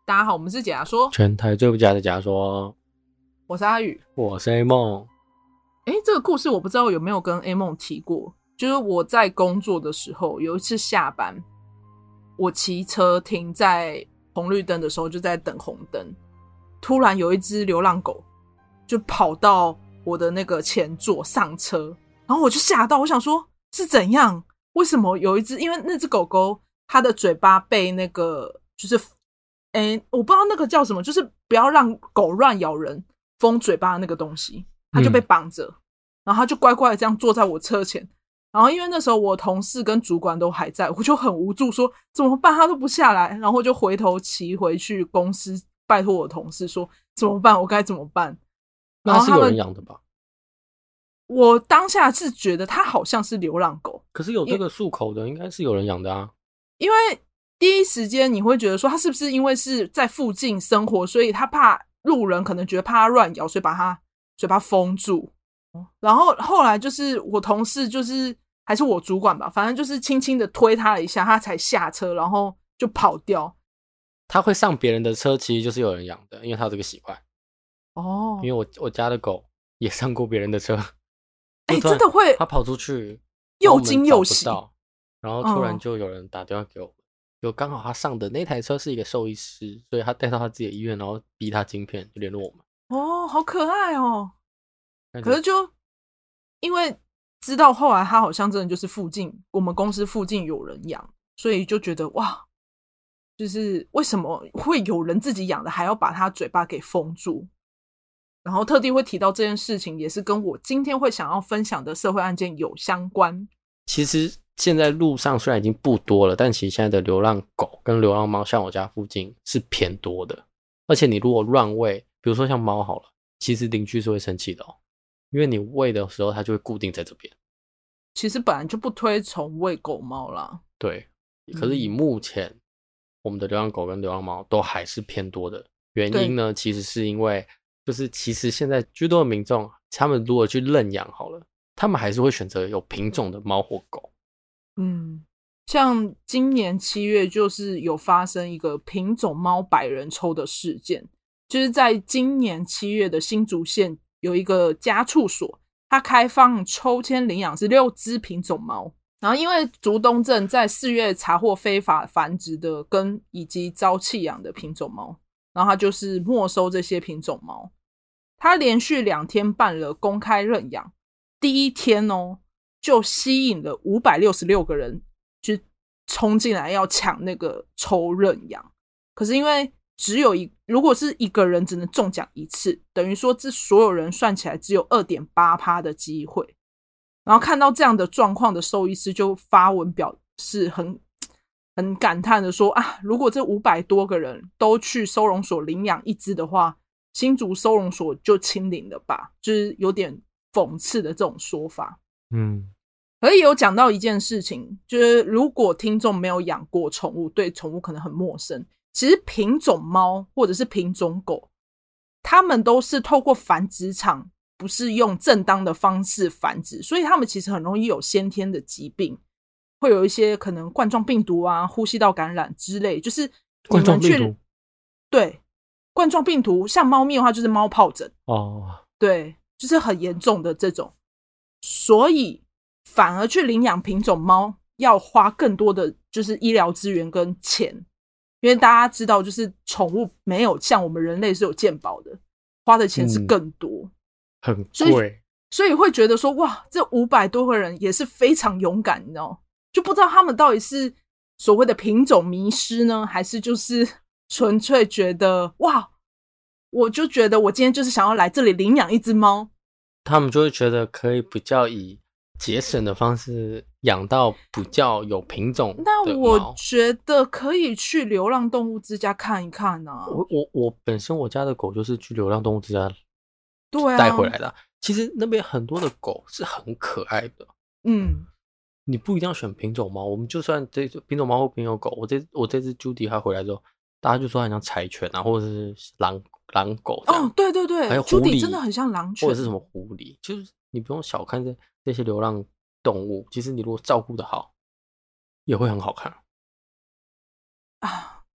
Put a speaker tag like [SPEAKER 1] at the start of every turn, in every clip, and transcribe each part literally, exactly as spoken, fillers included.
[SPEAKER 1] 大家好，我们是解压说，
[SPEAKER 2] 全台最不假的假说，
[SPEAKER 1] 我是阿宇，
[SPEAKER 2] 我是 A 梦。
[SPEAKER 1] 诶，这个故事我不知道有没有跟 A 梦提过，就是我在工作的时候，有一次下班，我骑车停在红绿灯的时候，就在等红灯，突然有一只流浪狗就跑到我的那个前座上车，然后我就吓到，我想说是怎样？为什么有一只？因为那只狗狗它的嘴巴被那个就是诶，我不知道那个叫什么，就是不要让狗乱咬人封嘴巴的那个东西，它就被绑着、嗯、然后它就乖乖的这样坐在我车前，然后因为那时候我同事跟主管都还在，我就很无助说怎么办，它都不下来，然后就回头骑回去公司拜托我的同事说怎么办，我该怎么办。
[SPEAKER 2] 那是有人养的吧？
[SPEAKER 1] 我当下是觉得它好像是流浪狗，
[SPEAKER 2] 可是有这个漱口的应该是有人养的啊。
[SPEAKER 1] 因为第一时间你会觉得说他是不是因为是在附近生活，所以他怕路人可能觉得怕他乱咬，所以把他嘴巴封住。然后后来就是我同事就是还是我主管吧，反正就是轻轻的推他了一下，他才下车，然后就跑掉。
[SPEAKER 2] 他会上别人的车其实就是有人养的，因为他有这个习惯。
[SPEAKER 1] 哦，
[SPEAKER 2] 因为我我家的狗也上过别人的车。
[SPEAKER 1] 哎、欸，真的会，
[SPEAKER 2] 他跑出去
[SPEAKER 1] 又惊又喜，
[SPEAKER 2] 然后突然就有人打电话给我、嗯、就刚好他上的那台车是一个兽医师，所以他带到他自己的医院，然后逼他晶片就联络我们。
[SPEAKER 1] 哦，好可爱哦。可是就因为知道后来他好像真的就是附近我们公司附近有人养，所以就觉得哇，就是为什么会有人自己养的还要把他嘴巴给封住，然后特地会提到这件事情，也是跟我今天会想要分享的社会案件有相关。
[SPEAKER 2] 其实现在路上虽然已经不多了，但其实现在的流浪狗跟流浪猫像我家附近是偏多的。而且你如果乱喂，比如说像猫好了，其实邻居是会生气的哦，因为你喂的时候它就会固定在这边。
[SPEAKER 1] 其实本来就不推崇喂狗猫啦。
[SPEAKER 2] 对，可是以目前、嗯、我们的流浪狗跟流浪猫都还是偏多的。原因呢，其实是因为就是其实现在居多的民众，他们如果去认养好了，他们还是会选择有品种的猫或狗。
[SPEAKER 1] 嗯，像今年七月就是有发生一个品种猫百人抽的事件，就是在今年七月的新竹县有一个家畜所，它开放抽签领养十六只品种猫，然后因为竹东镇在四月查获非法繁殖的跟以及遭弃养的品种猫，然后它就是没收这些品种猫。他连续两天办了公开认养，第一天哦就吸引了五百六十六个人就冲进来要抢那个抽认养。可是因为只有一如果是一个人只能中奖一次，等于说这所有人算起来只有 二点八趴 的机会。然后看到这样的状况的兽医师就发文表示很很感叹的说啊，如果这五百多个人都去收容所领养一只的话，新竹收容所就清零了吧，就是有点讽刺的这种说法。
[SPEAKER 2] 嗯，
[SPEAKER 1] 而也有讲到一件事情，就是如果听众没有养过宠物，对宠物可能很陌生，其实品种猫或者是品种狗，他们都是透过繁殖场不是用正当的方式繁殖，所以他们其实很容易有先天的疾病，会有一些可能冠状病毒啊、呼吸道感染之类，就是
[SPEAKER 2] 冠状病毒，
[SPEAKER 1] 对，冠状病毒像猫咪的话就是猫疱疹
[SPEAKER 2] 哦，
[SPEAKER 1] 对，就是很严重的这种，所以反而去领养品种猫要花更多的就是医疗资源跟钱，因为大家知道就是宠物没有像我们人类是有健保的，花的钱是更多、
[SPEAKER 2] 嗯、很贵，
[SPEAKER 1] 所以所以会觉得说哇，这五百多个人也是非常勇敢，你知道，就不知道他们到底是所谓的品种迷失呢，还是就是纯粹觉得哇，我就觉得我今天就是想要来这里领养一只猫，
[SPEAKER 2] 他们就会觉得可以比较以节省的方式养到比较有品种的猫。
[SPEAKER 1] 那我觉得可以去流浪动物之家看一看啊。
[SPEAKER 2] 我我我本身我家的狗就是去流浪动物之家
[SPEAKER 1] 对啊
[SPEAKER 2] 带回来的、啊。其实那边很多的狗是很可爱的。
[SPEAKER 1] 嗯，
[SPEAKER 2] 你不一定要选品种猫，我们就算这品种猫或品种狗，我这我这只 Judy 它回来之后，大家就说很像柴犬啊，或者是狼狼狗这样。
[SPEAKER 1] 哦，对对对，
[SPEAKER 2] 还有狐狸
[SPEAKER 1] 真的很像狼犬，
[SPEAKER 2] 或者是什么狐狸，就是你不用小看这这些流浪动物，其实你如果照顾的好，也会很好看
[SPEAKER 1] 啊。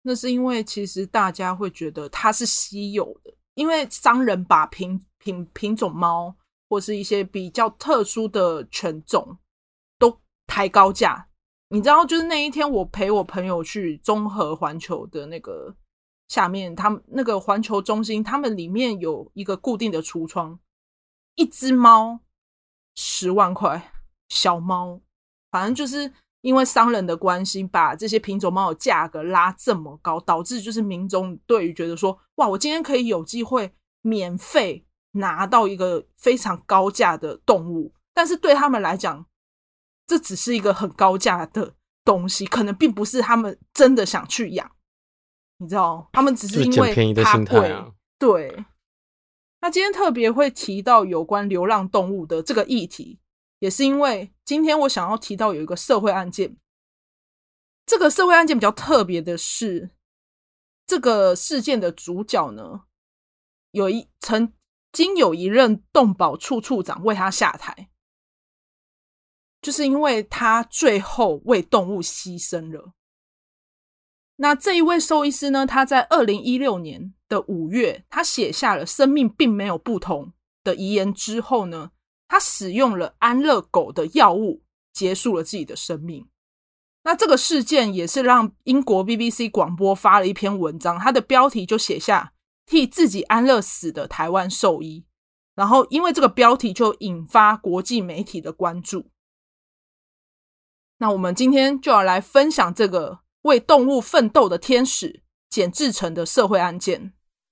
[SPEAKER 1] 那是因为其实大家会觉得它是稀有的，因为商人把品品品种猫或是一些比较特殊的犬种都抬高价。你知道，就是那一天我陪我朋友去中和环球的那个下面，他们那个环球中心，他们里面有一个固定的橱窗，一只猫十万块，小猫，反正就是因为商人的关系，把这些品种猫的价格拉这么高，导致就是民众对于觉得说，哇，我今天可以有机会免费拿到一个非常高价的动物，但是对他们来讲，这只是一个很高价的东西，可能并不是他们真的想去养，你知道，他们只是因为它贵、啊、对。那今天特别会提到有关流浪动物的这个议题，也是因为今天我想要提到有一个社会案件。这个社会案件比较特别的是，这个事件的主角呢，有一曾经有一任动保处处长为他下台，就是因为他最后为动物牺牲了。那这一位兽医师呢，他在二零一六年的五月，他写下了生命并没有不同的遗言之后呢，他使用了安乐狗的药物结束了自己的生命。那这个事件也是让英国 B B C 广播发了一篇文章，它的标题就写下替自己安乐死的台湾兽医，然后因为这个标题就引发国际媒体的关注。那我们今天就要来分享这个为动物奋斗的天使简志成的社会案件。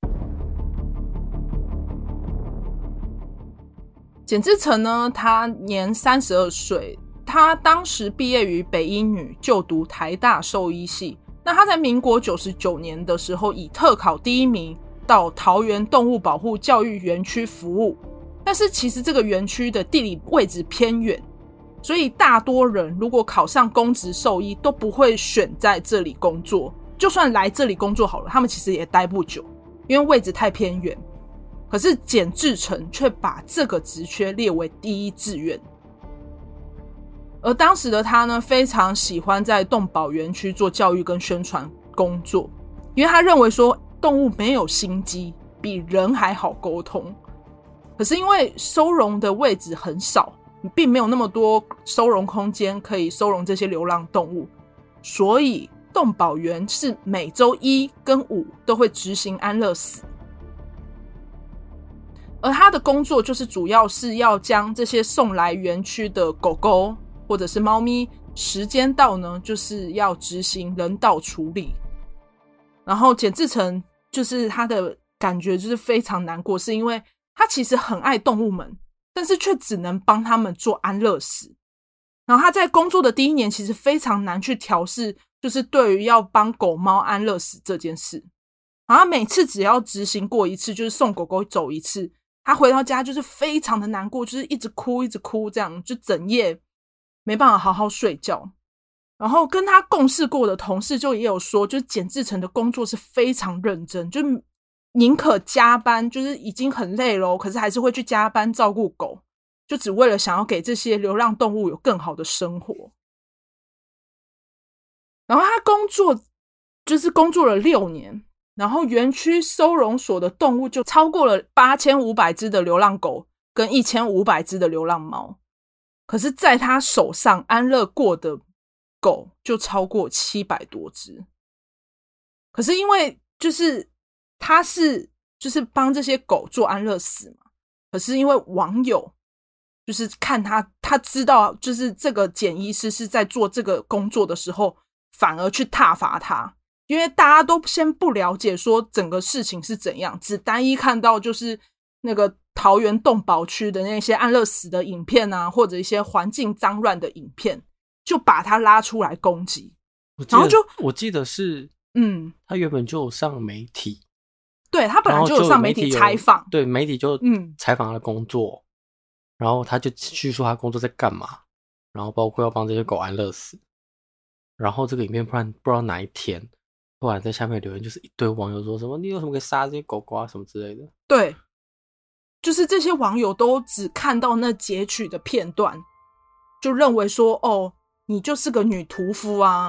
[SPEAKER 1] 简志成呢，他年三十二岁，他当时毕业于北一女，就读台大兽医系。那他在民国九十九年的时候以特考第一名到桃园动物保护教育园区服务，但是其实这个园区的地理位置偏远，所以大多人如果考上公职兽医都不会选在这里工作，就算来这里工作好了，他们其实也待不久，因为位置太偏远。可是简志成却把这个职缺列为第一志愿，而当时的他呢，非常喜欢在动保园区做教育跟宣传工作，因为他认为说动物没有心机，比人还好沟通。可是因为收容的位置很少，并没有那么多收容空间可以收容这些流浪动物，所以动保园是每周一跟五都会执行安乐死。而他的工作就是主要是要将这些送来园区的狗狗或者是猫咪，时间到呢，就是要执行人道处理。然后简志成就是他的感觉就是非常难过，是因为他其实很爱动物们，但是却只能帮他们做安乐死。然后他在工作的第一年其实非常难去调试，就是对于要帮狗猫安乐死这件事。然后每次只要执行过一次，就是送狗狗走一次，他回到家就是非常的难过，就是一直哭一直哭，这样就整夜没办法好好睡觉。然后跟他共事过的同事就也有说，就是简志成的工作是非常认真，就是宁可加班，就是已经很累了，可是还是会去加班照顾狗，就只为了想要给这些流浪动物有更好的生活。然后他工作就是工作了六年，然后园区收容所的动物就超过了八千五百只的流浪狗跟一千五百只的流浪猫，可是在他手上安乐过的狗就超过七百多只。可是因为就是他是就是帮这些狗做安乐死嘛，可是因为网友就是看他他知道就是这个简医师是在做这个工作的时候，反而去挞伐他，因为大家都先不了解说整个事情是怎样，只单一看到就是那个桃园动保区的那些安乐死的影片啊，或者一些环境脏乱的影片，就把他拉出来攻击。然后就
[SPEAKER 2] 我记得是
[SPEAKER 1] 嗯，
[SPEAKER 2] 他原本就有上媒体，
[SPEAKER 1] 对，他本来就有上媒体采访，
[SPEAKER 2] 对，媒体就
[SPEAKER 1] 嗯
[SPEAKER 2] 采访他的工作、嗯、然后他就叙述他工作在干嘛，然后包括要帮这些狗安乐死。然后这个影片不然不知道哪一天突然在下面留言，就是一堆网友说什么你有什么可以杀这些狗狗啊什么之类的。
[SPEAKER 1] 对，就是这些网友都只看到那截取的片段，就认为说哦，你就是个女屠夫啊，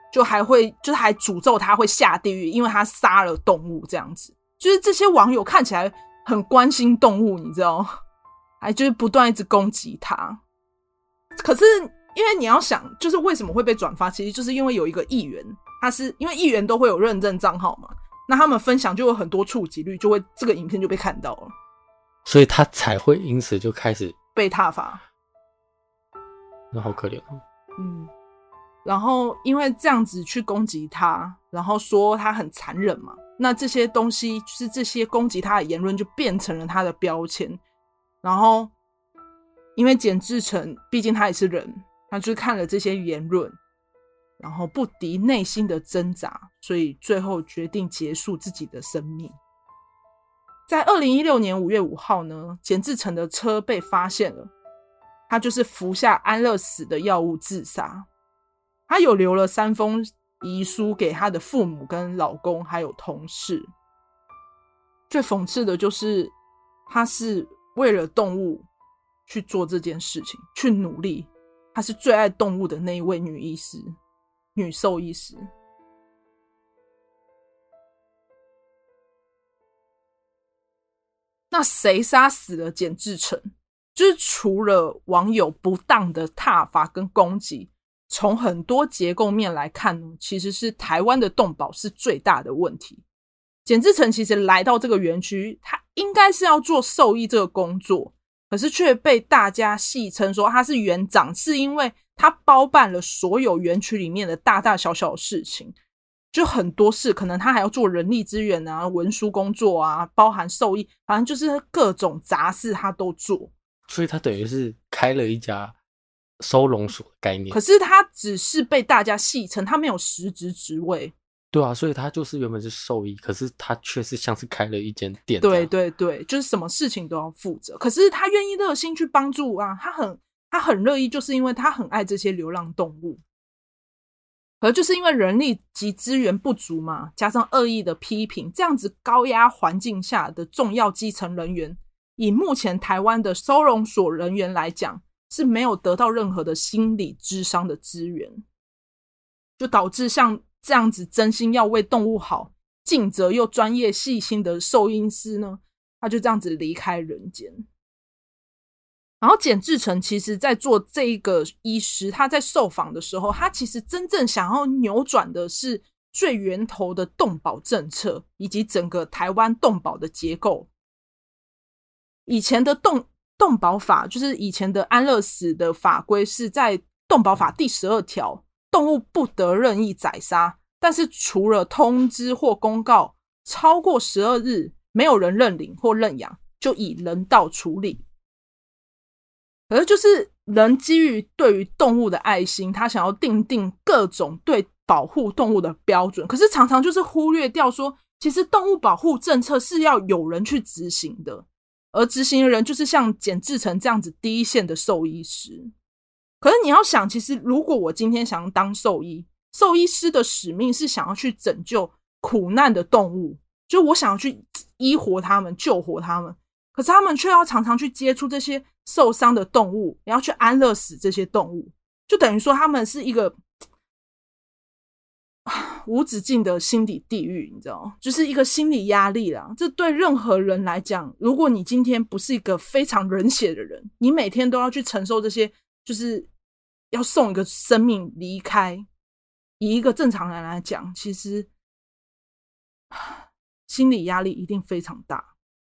[SPEAKER 1] 就还会就是还诅咒他会下地狱，因为他杀了动物这样子。就是这些网友看起来很关心动物，你知道，还就是不断一直攻击他。可是因为你要想，就是为什么会被转发，其实就是因为有一个议员，他是因为议员都会有认证账号嘛，那他们分享就有很多触及率，就会这个影片就被看到了，
[SPEAKER 2] 所以他才会因此就开始
[SPEAKER 1] 被挞伐。
[SPEAKER 2] 那好可怜哦。
[SPEAKER 1] 嗯，然后因为这样子去攻击他，然后说他很残忍嘛，那这些东西就是这些攻击他的言论就变成了他的标签。然后因为简志成毕竟他也是人，他就是看了这些言论，然后不敌内心的挣扎，所以最后决定结束自己的生命。在二零一六年五月五号呢，简志成的车被发现了，他就是服下安乐死的药物自杀。他有留了三封遗书给他的父母跟老公还有同事。最讽刺的就是他是为了动物去做这件事情，去努力，她是最爱动物的那一位女医师，女兽医师。那谁杀死了简志成？就是除了网友不当的挞伐跟攻击，从很多结构面来看呢，其实是台湾的动保是最大的问题。简志成其实来到这个园区，他应该是要做兽医这个工作，可是却被大家戏称说他是园长，是因为他包办了所有园区里面的大大小小的事情，就很多事，可能他还要做人力资源啊、文书工作啊，包含兽医，反正就是各种杂事他都做。
[SPEAKER 2] 所以他等于是开了一家收容所的概念。
[SPEAKER 1] 可是他只是被大家戏称，他没有实质职位。
[SPEAKER 2] 对啊，所以他就是原本是兽医，可是他却是像是开了一间店。
[SPEAKER 1] 对对对，就是什么事情都要负责。可是他愿意热心去帮助啊，他很他很乐意，就是因为他很爱这些流浪动物。可就是因为人力及资源不足嘛，加上恶意的批评，这样子高压环境下的重要基层人员，以目前台湾的收容所人员来讲，是没有得到任何的心理諮商的资源，就导致像这样子真心要为动物好、尽责又专业细心的兽医师呢，他就这样子离开人间。然后简志成其实在做这一个医师，他在受访的时候，他其实真正想要扭转的是最源头的动保政策，以及整个台湾动保的结构。以前的动动保法，就是以前的安乐死的法规，是在动保法第十二条，动物不得任意宰杀，但是除了通知或公告超过十二日没有人认领或认养，就以人道处理。可是就是人基于对于动物的爱心，他想要订定各种对保护动物的标准，可是常常就是忽略掉说，其实动物保护政策是要有人去执行的，而执行的人就是像简志成这样子第一线的兽医师。可是你要想，其实如果我今天想要当兽医，兽医师的使命是想要去拯救苦难的动物，就我想要去医活他们、救活他们，可是他们却要常常去接触这些受伤的动物，也要去安乐死这些动物，就等于说他们是一个无止境的心理地狱，你知道，就是一个心理压力啦。这对任何人来讲，如果你今天不是一个非常冷血的人，你每天都要去承受这些，就是要送一个生命离开，以一个正常人来讲，其实心理压力一定非常大。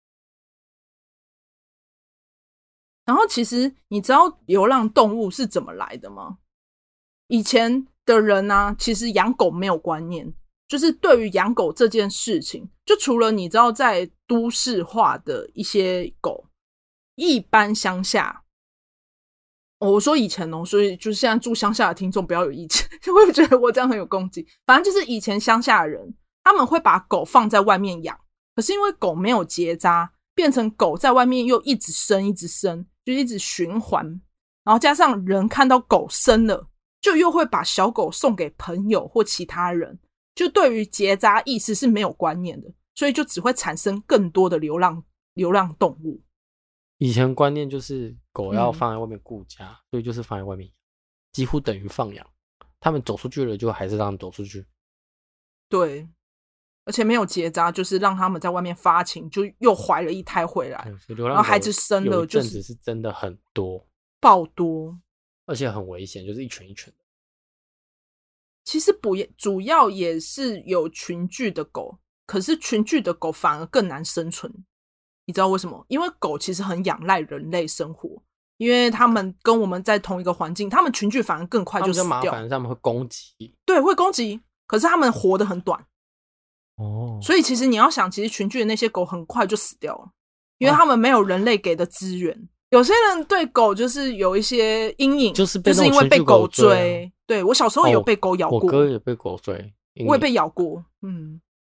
[SPEAKER 1] 然后其实你知道流浪动物是怎么来的吗？以前的人啊，其实养狗没有观念，就是对于养狗这件事情，就除了你知道在都市化的一些狗，一般乡下，哦、我说以前哦，所以就是现在住乡下的听众不要有意见，我也觉得我这样很有攻击。反正就是以前乡下的人，他们会把狗放在外面养，可是因为狗没有结扎，变成狗在外面又一直生一直生，就一直循环，然后加上人看到狗生了，就又会把小狗送给朋友或其他人，就对于结扎意识是没有观念的，所以就只会产生更多的流浪流浪动物。
[SPEAKER 2] 以前观念就是狗要放在外面顾家、嗯、所以就是放在外面养，几乎等于放养。 他们走出去了，就还是让他们走出去。
[SPEAKER 1] 对，而且没有结扎，就是让他们在外面发情，就又怀了一胎回来，然后孩子生了，就是
[SPEAKER 2] 有一阵子是真的很多，
[SPEAKER 1] 爆多，
[SPEAKER 2] 而且很危险，就是一群一群的。
[SPEAKER 1] 其实不也主要也是有群聚的狗，可是群聚的狗反而更难生存。你知道为什么？因为狗其实很仰赖人类生活，因为他们跟我们在同一个环境，他们群聚反而更快就死掉。
[SPEAKER 2] 他们就麻烦，他们会攻击。
[SPEAKER 1] 对，会攻击，可是他们活得很短。
[SPEAKER 2] 哦，
[SPEAKER 1] 所以其实你要想，其实群聚的那些狗很快就死掉了，因为他们没有人类给的资源。啊、有些人对狗就是有一些阴影，
[SPEAKER 2] 就是被
[SPEAKER 1] 就是因为被狗追。
[SPEAKER 2] 追啊、
[SPEAKER 1] 对，我小时候有被狗咬过，
[SPEAKER 2] 哦、我哥也被狗追，
[SPEAKER 1] 我也被咬过。嗯，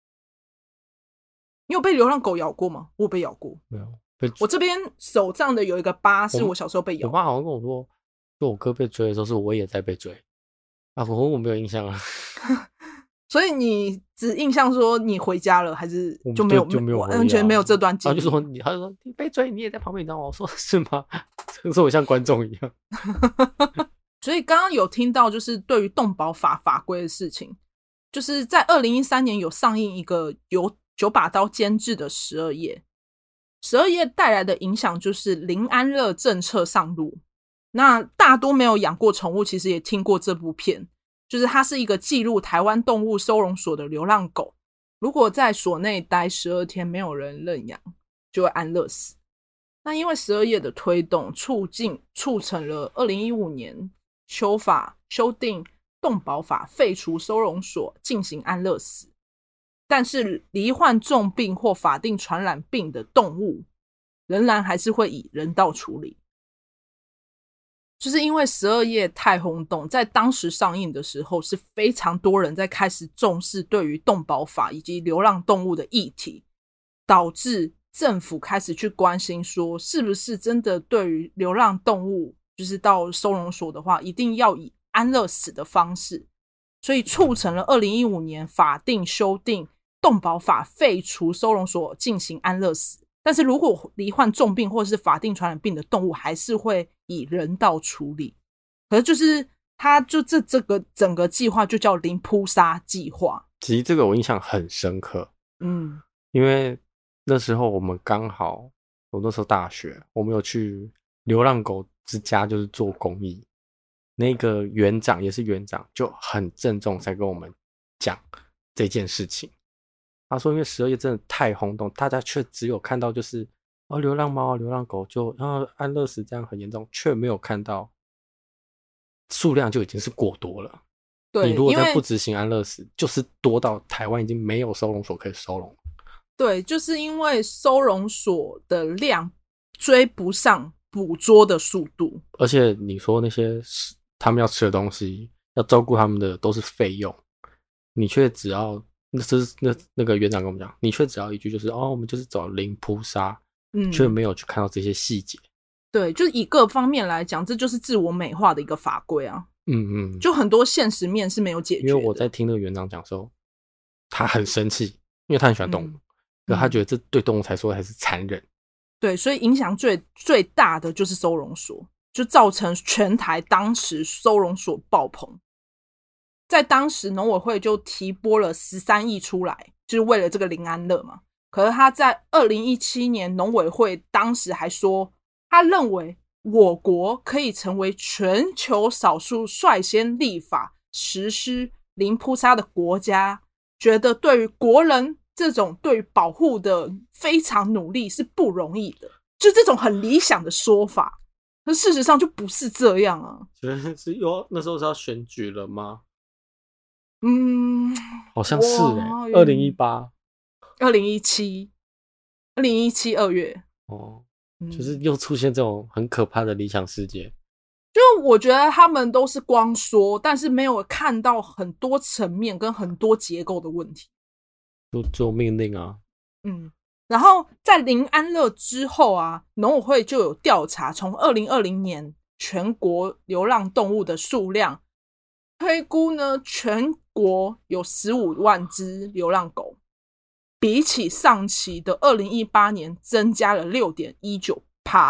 [SPEAKER 1] 你有被流浪狗咬过吗？我有被咬过，
[SPEAKER 2] 没有。被
[SPEAKER 1] 我这边手上的有一个疤，是我小时候被咬。
[SPEAKER 2] 我爸好像跟我说，就我哥被追的时候，是我也在被追啊，我我没有印象了。
[SPEAKER 1] 所以你只印象说你回家了，还是就没有
[SPEAKER 2] 就没有
[SPEAKER 1] 完全没有这段经历？
[SPEAKER 2] 他就说你，他就说你被追，你也在旁边，你知道吗？我说是吗？说我像观众一样。
[SPEAKER 1] 所以刚刚有听到，就是对于动保法法规的事情，就是在二零一三年有上映一个由九把刀监制的十二夜。十二夜带来的影响就是零安乐政策上路。那大多没有养过宠物，其实也听过这部片。就是它是一个记录台湾动物收容所的流浪狗，如果在所内待十二天没有人认养，就会安乐死。那因为十二夜的推动，促进促成了二零一五年修法修订动保法，废除收容所进行安乐死。但是罹患重病或法定传染病的动物，仍然还是会以人道处理。就是因为十二夜太轰动，在当时上映的时候是非常多人在开始重视对于动保法以及流浪动物的议题，导致政府开始去关心说是不是真的对于流浪动物就是到收容所的话一定要以安乐死的方式，所以促成了二零一五年法定修订动保法，废除收容所进行安乐死。但是如果罹患重病或是法定传染病的动物，还是会以人道处理。可是就是它就这这个整个计划就叫零扑杀计划。
[SPEAKER 2] 其实这个我印象很深刻，
[SPEAKER 1] 嗯，
[SPEAKER 2] 因为那时候我们刚好，我那时候大学，我们有去流浪狗之家，就是做公益。那个园长也是园长，就很郑重才跟我们讲这件事情。他说因为十二夜真的太轰动，大家却只有看到就是哦流浪猫啊流浪狗就然后安乐死这样很严重，却没有看到数量就已经是过多了。
[SPEAKER 1] 对，
[SPEAKER 2] 你如果再不执行安乐死，就是多到台湾已经没有收容所可以收容。
[SPEAKER 1] 对，就是因为收容所的量追不上捕捉的速度，
[SPEAKER 2] 而且你说那些他们要吃的东西要照顾他们的都是费用，你却只要那这是那那个园长跟我们讲，你却只要一句就是哦，我们就是走零扑杀，嗯，却没有去看到这些细节。
[SPEAKER 1] 对，就是以各方面来讲，这就是自我美化的一个法规啊。
[SPEAKER 2] 嗯嗯，
[SPEAKER 1] 就很多现实面是没有解决的。
[SPEAKER 2] 因为我在听那个园长讲的时候，他很生气，因为他很喜欢动物，可、嗯、他觉得这对动物才说还是残忍。
[SPEAKER 1] 对，所以影响最最大的就是收容所，就造成全台当时收容所爆棚。在当时农委会就提拨了十三亿出来，就是为了这个零安乐嘛。可是他在二零一七年农委会当时还说，他认为我国可以成为全球少数率先立法实施零扑杀的国家，觉得对于国人这种对于保护的非常努力是不容易的，就这种很理想的说法，可事实上就不是这样啊。
[SPEAKER 2] 是有那时候是要选举了吗？
[SPEAKER 1] 嗯，
[SPEAKER 2] 好像是哎、欸，二零一八、
[SPEAKER 1] 二零一七、二零一七二月
[SPEAKER 2] 哦。就是又出现这种很可怕的理想世界，
[SPEAKER 1] 就我觉得他们都是光说，但是没有看到很多层面跟很多结构的问题。
[SPEAKER 2] 就做命令啊，
[SPEAKER 1] 嗯，然后在零安乐之后啊，农委会就有调查，从二零二零年全国流浪动物的数量推估呢，全国有十五万只流浪狗。比起上期的二零一八年增加了 百分之六点一九，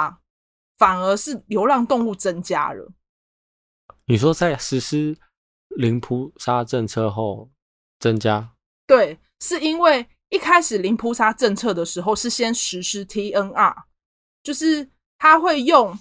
[SPEAKER 1] 反而是流浪动物增加了。
[SPEAKER 2] 你说在实施零扑杀政策后增加？
[SPEAKER 1] 对，是因为一开始零扑杀政策的时候是先实施 T N R， 就是他会用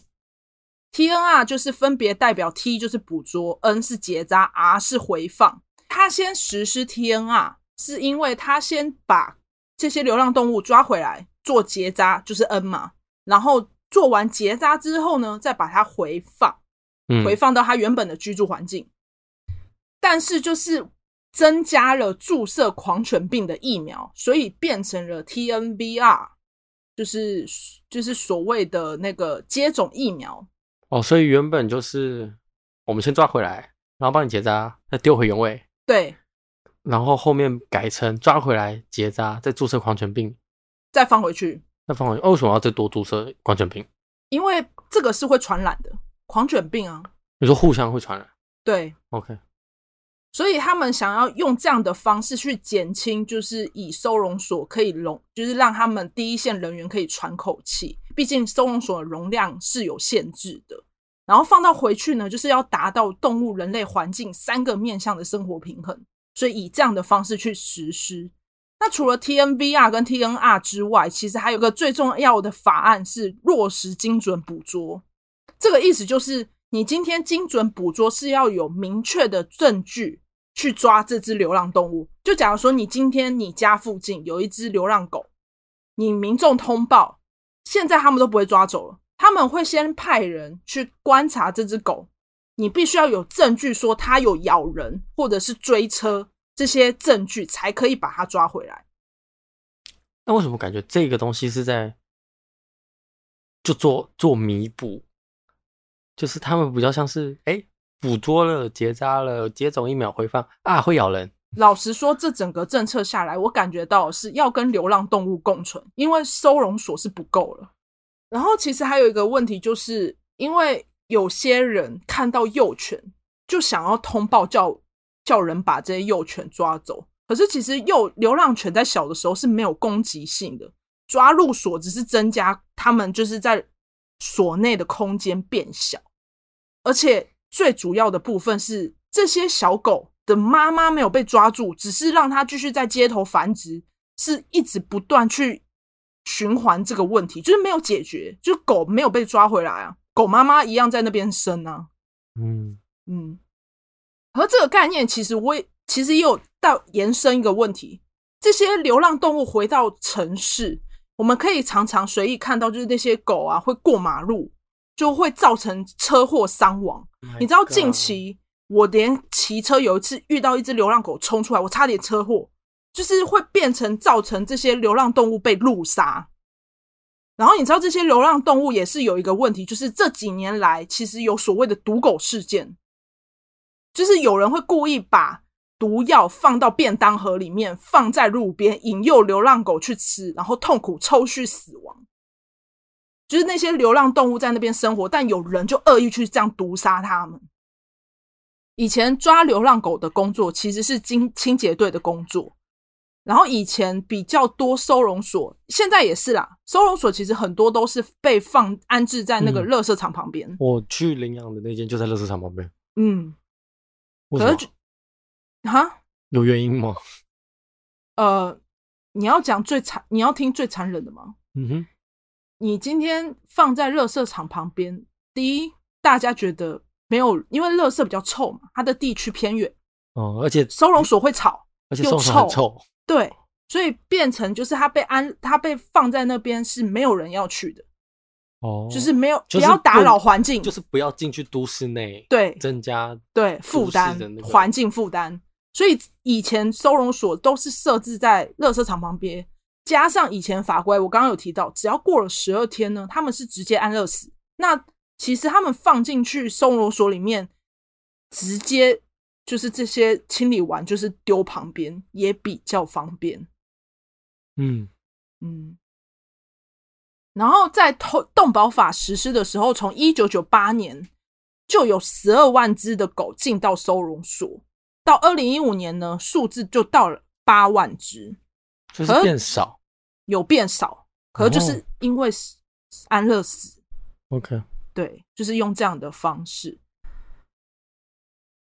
[SPEAKER 1] T N R 就是分别代表 T 就是捕捉， N 是结扎， R 是回放。他先实施 T N R 是因为他先把这些流浪动物抓回来做结扎，就是 N 嘛，然后做完结扎之后呢，再把它回放，回放到它原本的居住环境。嗯、但是就是增加了注射狂犬病的疫苗，所以变成了 T N V R， 就是就是所谓的那个接种疫苗。
[SPEAKER 2] 哦，所以原本就是我们先抓回来，然后帮你结扎，再丢回原位。
[SPEAKER 1] 对。
[SPEAKER 2] 然后后面改成抓回来结扎，再注射狂犬病，
[SPEAKER 1] 再放回去，
[SPEAKER 2] 再放回去。哦，为什么要再多注射狂犬病？
[SPEAKER 1] 因为这个是会传染的，狂犬病啊。
[SPEAKER 2] 你说互相会传染？
[SPEAKER 1] 对
[SPEAKER 2] ，OK。
[SPEAKER 1] 所以他们想要用这样的方式去减轻，就是以收容所可以容，就是让他们第一线人员可以喘口气。毕竟收容所的容量是有限制的，然后放到回去呢，就是要达到动物、人类、环境三个面向的生活平衡。所以以这样的方式去实施。那除了 T N V R 跟 T N R 之外，其实还有一个最重要的法案是落实精准捕捉。这个意思就是你今天精准捕捉是要有明确的证据去抓这只流浪动物。就假如说你今天你家附近有一只流浪狗，你民众通报，现在他们都不会抓走了，他们会先派人去观察这只狗，你必须要有证据说它有咬人或者是追车，这些证据才可以把它抓回来。
[SPEAKER 2] 那为什么感觉这个东西是在就做做弥补？就是他们比较像是哎，捕捉了、结扎了、接种疫苗回放啊，会咬人。
[SPEAKER 1] 老实说，这整个政策下来，我感觉到是要跟流浪动物共存，因为收容所是不够了。然后其实还有一个问题，就是因为有些人看到幼犬就想要通报叫叫人把这些幼犬抓走，可是其实幼流浪犬在小的时候是没有攻击性的，抓入所只是增加他们就是在所内的空间变小，而且最主要的部分是这些小狗的妈妈没有被抓住，只是让它继续在街头繁殖，是一直不断去循环这个问题，就是没有解决，就是狗没有被抓回来啊，狗妈妈一样在那边生啊。嗯嗯，而这个概念其实我也其实也有到延伸一个问题，这些流浪动物回到城市，我们可以常常随意看到，就是那些狗啊会过马路，就会造成车祸伤亡。Oh、你知道近期我连骑车有一次遇到一只流浪狗冲出来，我差点车祸，就是会变成造成这些流浪动物被路杀。然后你知道这些流浪动物也是有一个问题，就是这几年来其实有所谓的毒狗事件，就是有人会故意把毒药放到便当盒里面，放在路边引诱流浪狗去吃，然后痛苦抽搐死亡。就是那些流浪动物在那边生活，但有人就恶意去这样毒杀他们。以前抓流浪狗的工作其实是清清洁队的工作，然后以前比较多收容所，现在也是啦，收容所其实很多都是被放安置在那个垃圾场旁边、嗯、
[SPEAKER 2] 我去领养的那间就在垃圾场旁边。
[SPEAKER 1] 嗯，
[SPEAKER 2] 为什么？
[SPEAKER 1] 可是哈
[SPEAKER 2] 有原因吗？
[SPEAKER 1] 呃，你要讲最残，你要听最残忍的吗？
[SPEAKER 2] 嗯哼，
[SPEAKER 1] 你今天放在垃圾场旁边，第一，大家觉得没有，因为垃圾比较臭嘛，它的地区偏远，
[SPEAKER 2] 哦，而且
[SPEAKER 1] 收容所会吵，
[SPEAKER 2] 而且收容所很臭，
[SPEAKER 1] 对，所以变成就是它被安，它被放在那边是没有人要去的。哦，就是没有、就是、不要打扰环境，
[SPEAKER 2] 就是不要进去都市内，
[SPEAKER 1] 对，
[SPEAKER 2] 增加
[SPEAKER 1] 对负担环境负担。所以以前收容所都是设置在垃圾场旁边，加上以前法规，我刚刚有提到，只要过了十二天呢，他们是直接安乐死。那其实他们放进去收容所里面，直接就是这些清理完就是丢旁边，也比较方便。嗯嗯。然后在动保法实施的时候，从一九九八年就有十二万只的狗进到收容所，到二零一五年呢，数字就到了八万只，
[SPEAKER 2] 就是变少，
[SPEAKER 1] 有变少，可是就是因为安乐死、
[SPEAKER 2] 哦、OK，
[SPEAKER 1] 对，就是用这样的方式。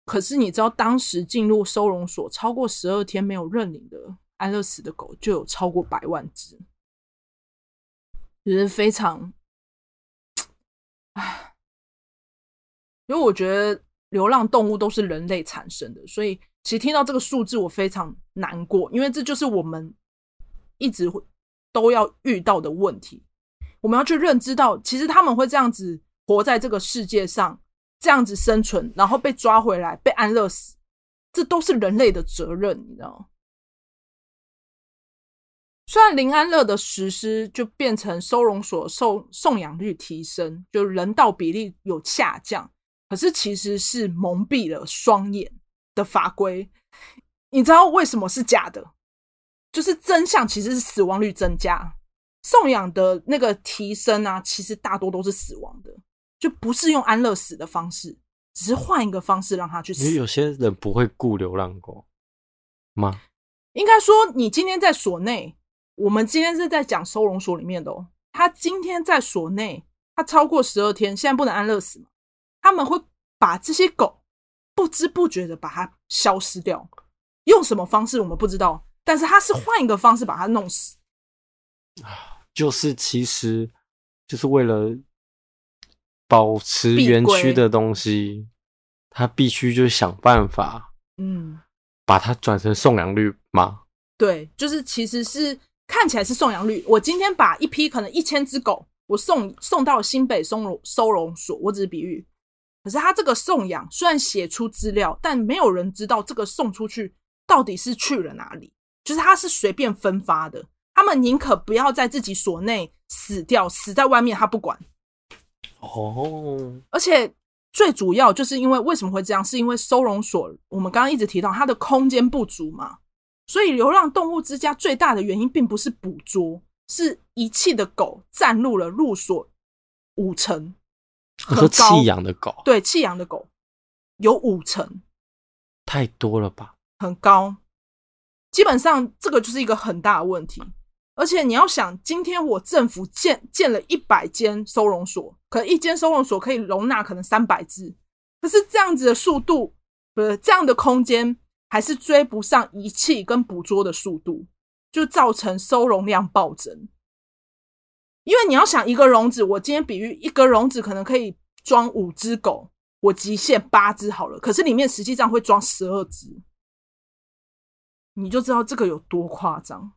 [SPEAKER 1] 可是你知道当时进入收容所超过十二天没有认领的安乐死的狗就有超过百万只，就是非常唉，因为我觉得流浪动物都是人类产生的，所以其实听到这个数字我非常难过，因为这就是我们一直都要遇到的问题。我们要去认知到其实他们会这样子活在这个世界上，这样子生存，然后被抓回来被安乐死，这都是人类的责任，你知道吗？虽然零安乐的实施就变成收容所送送养率提升，就人道比例有下降，可是其实是蒙蔽了双眼的法规。你知道为什么是假的？就是真相其实是死亡率增加，送养的那个提升啊，其实大多都是死亡的，就不是用安乐死的方式，只是换一个方式让他去死。
[SPEAKER 2] 因为有些人不会顾流浪狗吗？
[SPEAKER 1] 应该说你今天在所内，我们今天是在讲收容所里面的哦，他今天在所内他超过十二天，现在不能安乐死嘛，他们会把这些狗不知不觉的把它消失掉，用什么方式我们不知道，但是他是换一个方式把它弄死，
[SPEAKER 2] 就是其实就是为了保持园区的东西，他必须就想办法嗯，把它转成送养率吗？
[SPEAKER 1] 对，就是其实是看起来是送养率，我今天把一批可能一千只狗我送送到新北收容收容所，我只是比喻，可是他这个送养虽然写出资料，但没有人知道这个送出去到底是去了哪里，就是他是随便分发的，他们宁可不要在自己所内死掉，死在外面他不管哦。而且最主要就是因为为什么会这样，是因为收容所我们刚刚一直提到它的空间不足嘛，所以流浪动物之家最大的原因并不是捕捉，是遗弃的狗占入了入所五成。
[SPEAKER 2] 我说弃养的狗，
[SPEAKER 1] 对，弃养的狗有五成，
[SPEAKER 2] 太多了吧？
[SPEAKER 1] 很高，基本上这个就是一个很大的问题。而且你要想，今天我政府建建了一百间收容所，可能一间收容所可以容纳可能三百只，可是这样子的速度，不是这样的空间，还是追不上遗弃跟捕捉的速度，就造成收容量暴增。因为你要想一个笼子，我今天比喻一个笼子可能可以装五只狗，我极限八只好了，可是里面实际上会装十二只，你就知道这个有多夸张。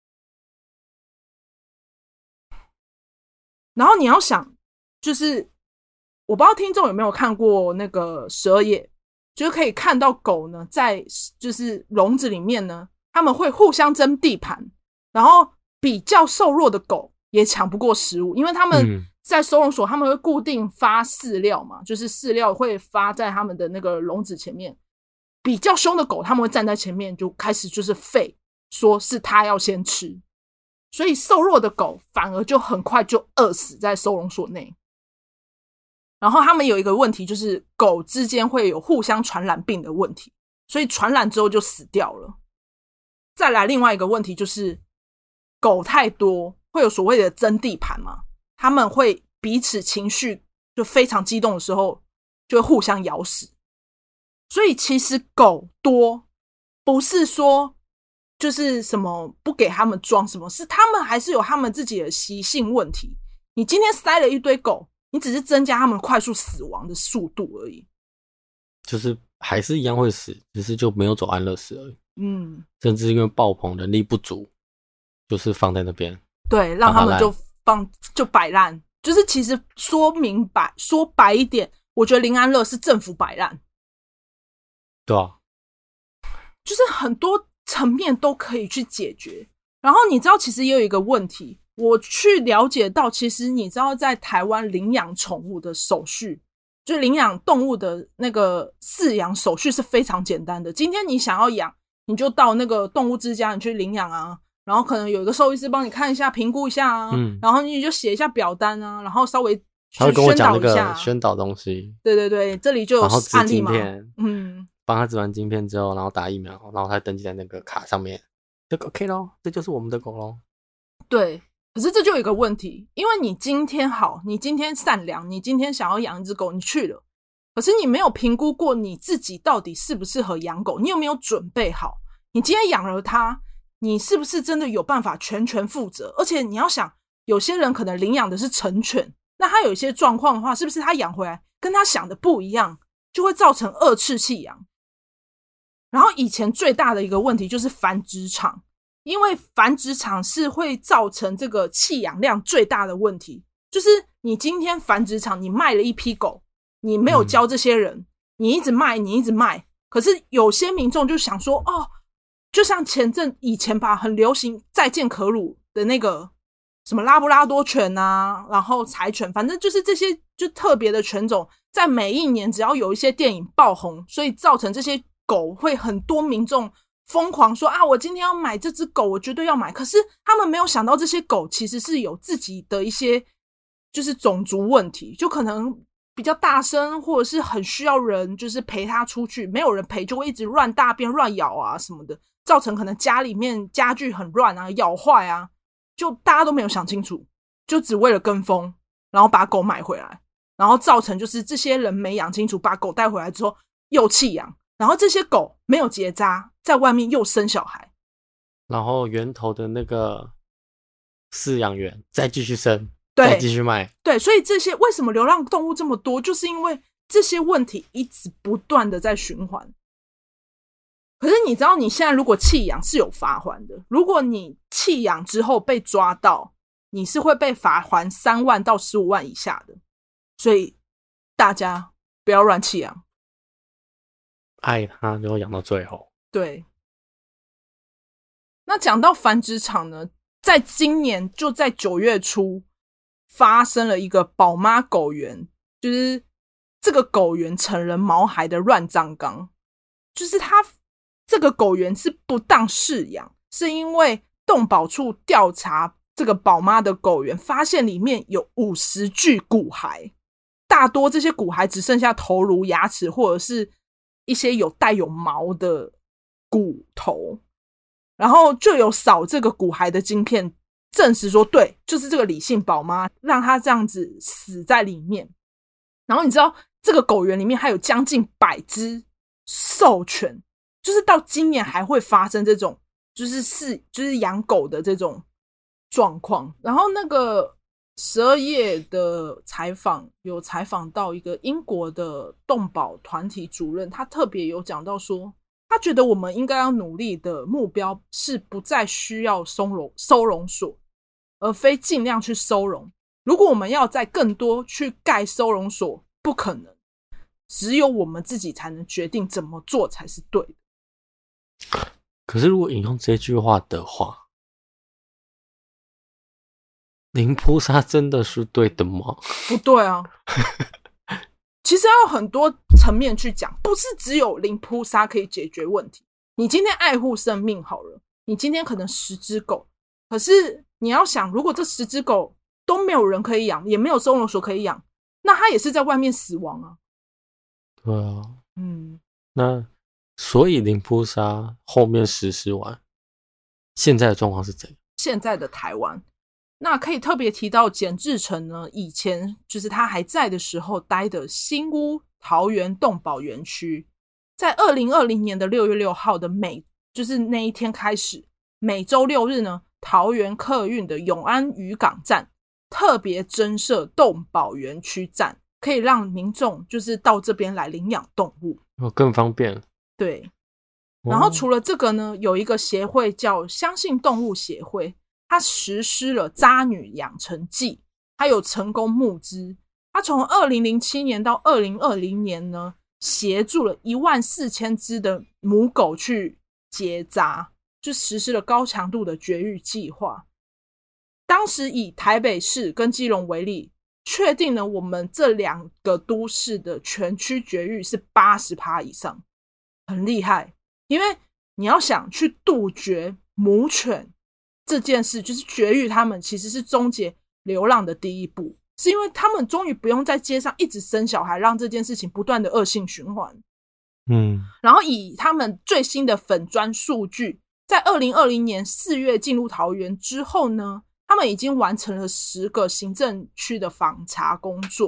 [SPEAKER 1] 然后你要想，就是我不知道听众有没有看过那个十二夜，就是可以看到狗呢在就是笼子里面呢，他们会互相争地盘，然后比较瘦弱的狗也抢不过食物，因为他们在收容所他们会固定发饲料嘛，就是饲料会发在他们的那个笼子前面，比较凶的狗他们会站在前面就开始就是吠，说是他要先吃，所以瘦弱的狗反而就很快就饿死在收容所内。然后他们有一个问题，就是狗之间会有互相传染病的问题，所以传染之后就死掉了。再来另外一个问题就是狗太多会有所谓的争地盘嘛，他们会彼此情绪就非常激动的时候就会互相咬死。所以其实狗多不是说就是什么不给他们装什么，是他们还是有他们自己的习性问题。你今天塞了一堆狗，你只是增加他们快速死亡的速度而已，
[SPEAKER 2] 就是还是一样会死，只是就没有走安乐死而已。
[SPEAKER 1] 嗯，
[SPEAKER 2] 甚至因为爆棚人力不足，就是放在那边，
[SPEAKER 1] 对，让他们就放就摆烂。就是其实说明白说白一点，我觉得林安乐是政府摆烂。
[SPEAKER 2] 对啊，
[SPEAKER 1] 就是很多层面都可以去解决。然后你知道其实也有一个问题，我去了解到其实你知道在台湾领养宠物的手续，就领养动物的那个饲养手续是非常简单的。今天你想要养，你就到那个动物之家你去领养啊，然后可能有一个兽医师帮你看一下评估一下啊、嗯、然后你就写一下表单啊，然后稍微
[SPEAKER 2] 他会跟我讲那个宣导东西，
[SPEAKER 1] 对对对，这里就有案例嘛，
[SPEAKER 2] 嗯，帮他植完晶片之后，然后打疫苗，然后他登记在那个卡上面，就 OK 咯，这就是我们的狗咯。
[SPEAKER 1] 对，可是这就有一个问题，因为你今天好，你今天善良，你今天想要养一只狗，你去了，可可是你没有评估过你自己到底适不适合养狗，你有没有准备好？你今天养了它，你是不是真的有办法全权负责？而且你要想，有些人可能领养的是成犬，那他有一些状况的话，是不是他养回来跟他想的不一样，就会造成二次弃养？然后以前最大的一个问题就是繁殖场，因为繁殖场是会造成这个弃养量最大的问题，就是你今天繁殖场你卖了一批狗，你没有教这些人、嗯、你一直卖你一直卖，可是有些民众就想说，哦，就像前阵以前吧，很流行再见可鲁的那个什么拉布拉多犬啊，然后柴犬，反正就是这些就特别的犬种，在每一年只要有一些电影爆红，所以造成这些狗会很多民众疯狂说啊，我今天要买这只狗，我绝对要买。可是他们没有想到这些狗其实是有自己的一些就是种族问题，就可能比较大声，或者是很需要人就是陪它出去，没有人陪就会一直乱大便乱咬啊什么的，造成可能家里面家具很乱啊，咬坏啊，就大家都没有想清楚，就只为了跟风，然后把狗买回来，然后造成就是这些人没养清楚，把狗带回来之后又弃养，然后这些狗没有结扎，在外面又生小孩，
[SPEAKER 2] 然后源头的那个饲养员再继续生，
[SPEAKER 1] 对，
[SPEAKER 2] 再继续卖。
[SPEAKER 1] 对，所以这些为什么流浪动物这么多，就是因为这些问题一直不断的在循环。可是你知道你现在如果弃养是有罚锾的，如果你弃养之后被抓到，你是会被罚锾三万到十五万以下的。所以大家不要乱弃养，
[SPEAKER 2] 爱它就养到最后。
[SPEAKER 1] 对。那讲到繁殖场呢，在今年就在九月初发生了一个宝妈狗园，就是这个狗园成人毛孩的乱葬岗，就是它这个狗园是不当饲养，是因为动保处调查这个宝妈的狗园，发现里面有五十具骨骸，大多这些骨骸只剩下头颅、牙齿或者是一些有带有毛的骨头，然后就有扫这个骨骸的晶片，证实说对，就是这个李姓宝妈让她这样子死在里面。然后你知道这个狗园里面还有将近百只兽犬，就是到今年还会发生这种就是是就是养狗的这种状况。然后那个十二夜的采访有采访到一个英国的动保团体主任，他特别有讲到说，他觉得我们应该要努力的目标是不再需要收容收容所，而非尽量去收容。如果我们要再更多去盖收容所，不可能，只有我们自己才能决定怎么做才是对的。
[SPEAKER 2] 可是如果引用这句话的话，零扑杀真的是对的吗？
[SPEAKER 1] 不对啊。其实要有很多层面去讲，不是只有零扑杀可以解决问题。你今天爱护生命好了，你今天可能十只狗，可是你要想，如果这十只狗都没有人可以养，也没有收容所可以养，那它也是在外面死亡啊。
[SPEAKER 2] 对啊，
[SPEAKER 1] 嗯，
[SPEAKER 2] 那所以零扑杀后面实施完，现在的状况是怎样？
[SPEAKER 1] 现在的台湾，那可以特别提到简志成呢，以前就是他还在的时候待的新屋桃园动保园区，在二零二零年的六月六号的每就是那一天开始，每周六日呢，桃园客运的永安渔港站特别增设动保园区站，可以让民众就是到这边来领养动物，
[SPEAKER 2] 哦，更方便。
[SPEAKER 1] 对。然后除了这个呢，有一个协会叫相信动物协会，他实施了渣女养成记，他有成功募资，他从二零零七年到二零二零年呢，协助了一万四千只的母狗去结扎，就实施了高强度的绝育计划。当时以台北市跟基隆为例，确定了我们这两个都市的全区绝育是 百分之八十 以上，很厉害。因为你要想去杜绝母犬这件事，就是绝育他们，其实是终结流浪的第一步，是因为他们终于不用在街上一直生小孩，让这件事情不断的恶性循环。
[SPEAKER 2] 嗯，
[SPEAKER 1] 然后以他们最新的粉专数据，在二零二零年四月进入桃园之后呢，他们已经完成了十个行政区的访查工作，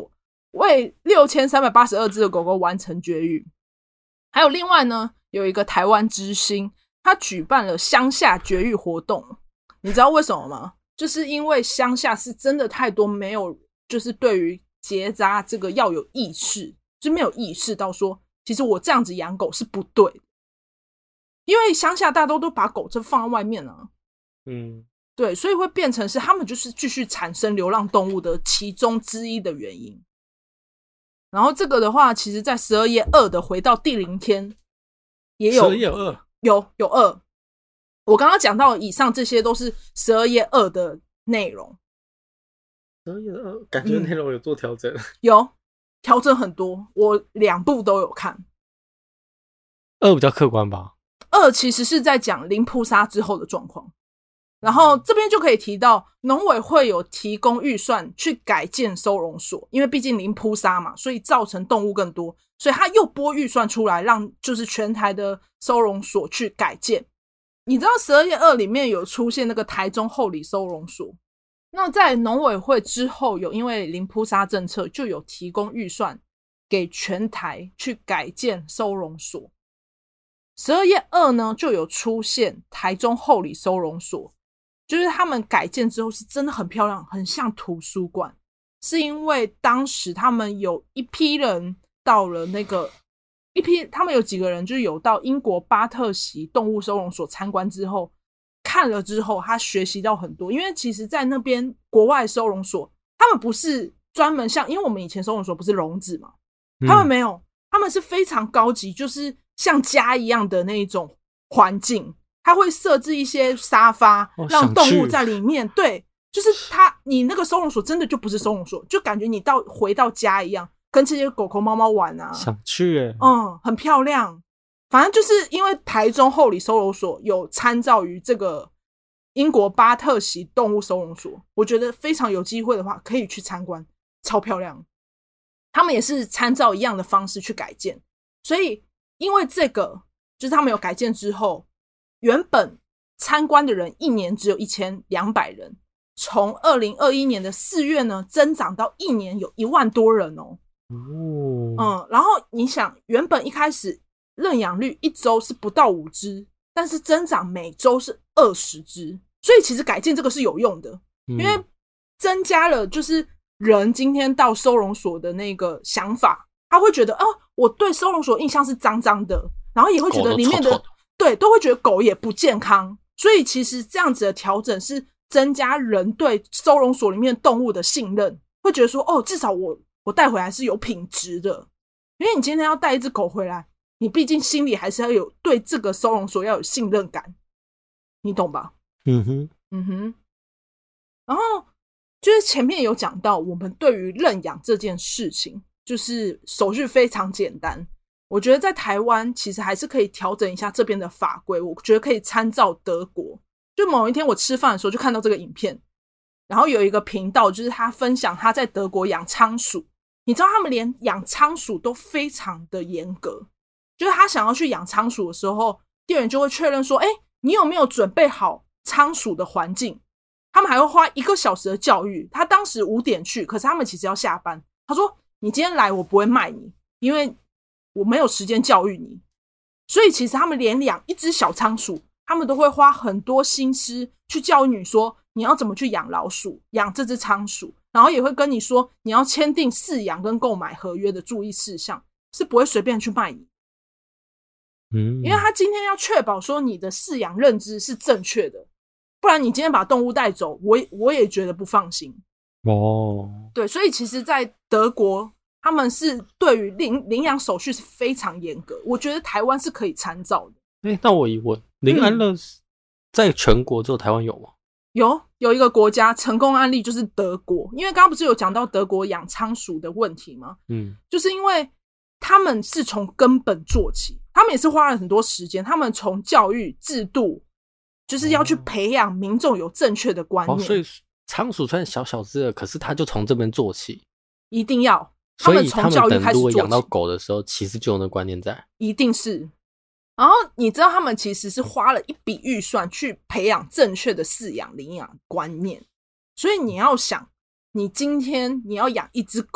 [SPEAKER 1] 为六千三百八十二只的狗狗完成绝育。还有另外呢，有一个台湾之星，他举办了乡下绝育活动。你知道为什么吗？就是因为乡下是真的太多没有，就是对于结扎这个要有意识，就没有意识到说，其实我这样子养狗是不对的。因为乡下大多都把狗就放在外面啊，
[SPEAKER 2] 嗯，
[SPEAKER 1] 对，所以会变成是他们就是继续产生流浪动物的其中之一的原因。然后这个的话，其实在十二页二的回到第零天也有，
[SPEAKER 2] 十二页二
[SPEAKER 1] 有有二。我刚刚讲到以上这些都是十二页二的内容。
[SPEAKER 2] 十二页二感觉内容有做调整、嗯，
[SPEAKER 1] 有调整很多，我两部都有看。
[SPEAKER 2] 二比较客观吧。
[SPEAKER 1] 二其实是在讲零扑杀之后的状况，然后这边就可以提到农委会有提供预算去改建收容所，因为毕竟零扑杀嘛，所以造成动物更多，所以他又拨预算出来让就是全台的收容所去改建。你知道十二页二里面有出现那个台中后里收容所，那在农委会之后有因为零扑杀政策就有提供预算给全台去改建收容所。十二页二呢就有出现台中后里收容所，就是他们改建之后是真的很漂亮，很像图书馆，是因为当时他们有一批人到了那个一批他们有几个人就是有到英国巴特西动物收容所参观之后，看了之后他学习到很多。因为其实在那边国外收容所他们不是专门像，因为我们以前收容所不是笼子嘛，他们没有、嗯、他们是非常高级，就是像家一样的那种环境，他会设置一些沙发、哦、让动物在里面。对，就是他你那个收容所真的就不是收容所，就感觉你到回到家一样，跟这些狗狗猫猫玩啊，
[SPEAKER 2] 想去耶。
[SPEAKER 1] 嗯，很漂亮。反正就是因为台中后里收容所有参照于这个英国巴特西动物收容所，我觉得非常有机会的话可以去参观，超漂亮。他们也是参照一样的方式去改建，所以因为这个就是他们有改建之后，原本参观的人一年只有一千两百人，从二零二一年的四月呢增长到一年有一万多人哦。
[SPEAKER 2] 哦，
[SPEAKER 1] 嗯，然后你想，原本一开始认养率一周是不到五只，但是增长每周是二十只，所以其实改建这个是有用的，
[SPEAKER 2] 嗯、
[SPEAKER 1] 因为增加了就是人今天到收容所的那个想法，他会觉得哦，我对收容所印象是脏脏的，然后也会觉得里面的
[SPEAKER 2] 臭臭的，
[SPEAKER 1] 对，都会觉得狗也不健康，所以其实这样子的调整是增加人对收容所里面动物的信任，会觉得说哦，至少我我带回来是有品质的。因为你今天要带一只狗回来，你毕竟心里还是要有对这个收容所要有信任感，你懂吧？
[SPEAKER 2] 嗯哼，
[SPEAKER 1] 嗯哼。然后就是前面有讲到，我们对于认养这件事情，就是手续非常简单。我觉得在台湾其实还是可以调整一下这边的法规，我觉得可以参照德国。就某一天我吃饭的时候就看到这个影片，然后有一个频道就是他分享他在德国养仓鼠，你知道他们连养仓鼠都非常的严格，就是他想要去养仓鼠的时候，店员就会确认说，哎，你有没有准备好仓鼠的环境？他们还会花一个小时的教育。他当时五点去，可是他们其实要下班。他说，你今天来我不会卖你，因为我没有时间教育你。所以其实他们连养一只小仓鼠，他们都会花很多心思去教育你说你要怎么去养老鼠，养这只仓鼠，然后也会跟你说你要签订饲养跟购买合约的注意事项，是不会随便去卖你。
[SPEAKER 2] 嗯，
[SPEAKER 1] 因为他今天要确保说你的饲养认知是正确的，不然你今天把动物带走，我我也觉得不放心。
[SPEAKER 2] 哦，
[SPEAKER 1] 对，所以其实在德国他们是对于领领养手续是非常严格，我觉得台湾是可以参照的。
[SPEAKER 2] 欸，那我疑问，零安乐在全国只有台湾有吗？
[SPEAKER 1] 有有一个国家成功案例就是德国，因为刚刚不是有讲到德国养仓鼠的问题吗？
[SPEAKER 2] 嗯，
[SPEAKER 1] 就是因为他们是从根本做起，他们也是花了很多时间，他们从教育制度就是要去培养民众有正确的观念。
[SPEAKER 2] 哦，所以仓鼠虽然小小只的，可是他就从这边做起，
[SPEAKER 1] 一定要，
[SPEAKER 2] 所以
[SPEAKER 1] 从教育开始做起。
[SPEAKER 2] 如果养到狗的时候，其实就有那观念在，
[SPEAKER 1] 一定是。然后你知道他们其实是花了一笔预算去培养正确的饲养领养观念，所以你要想，你今天你要养一只狗，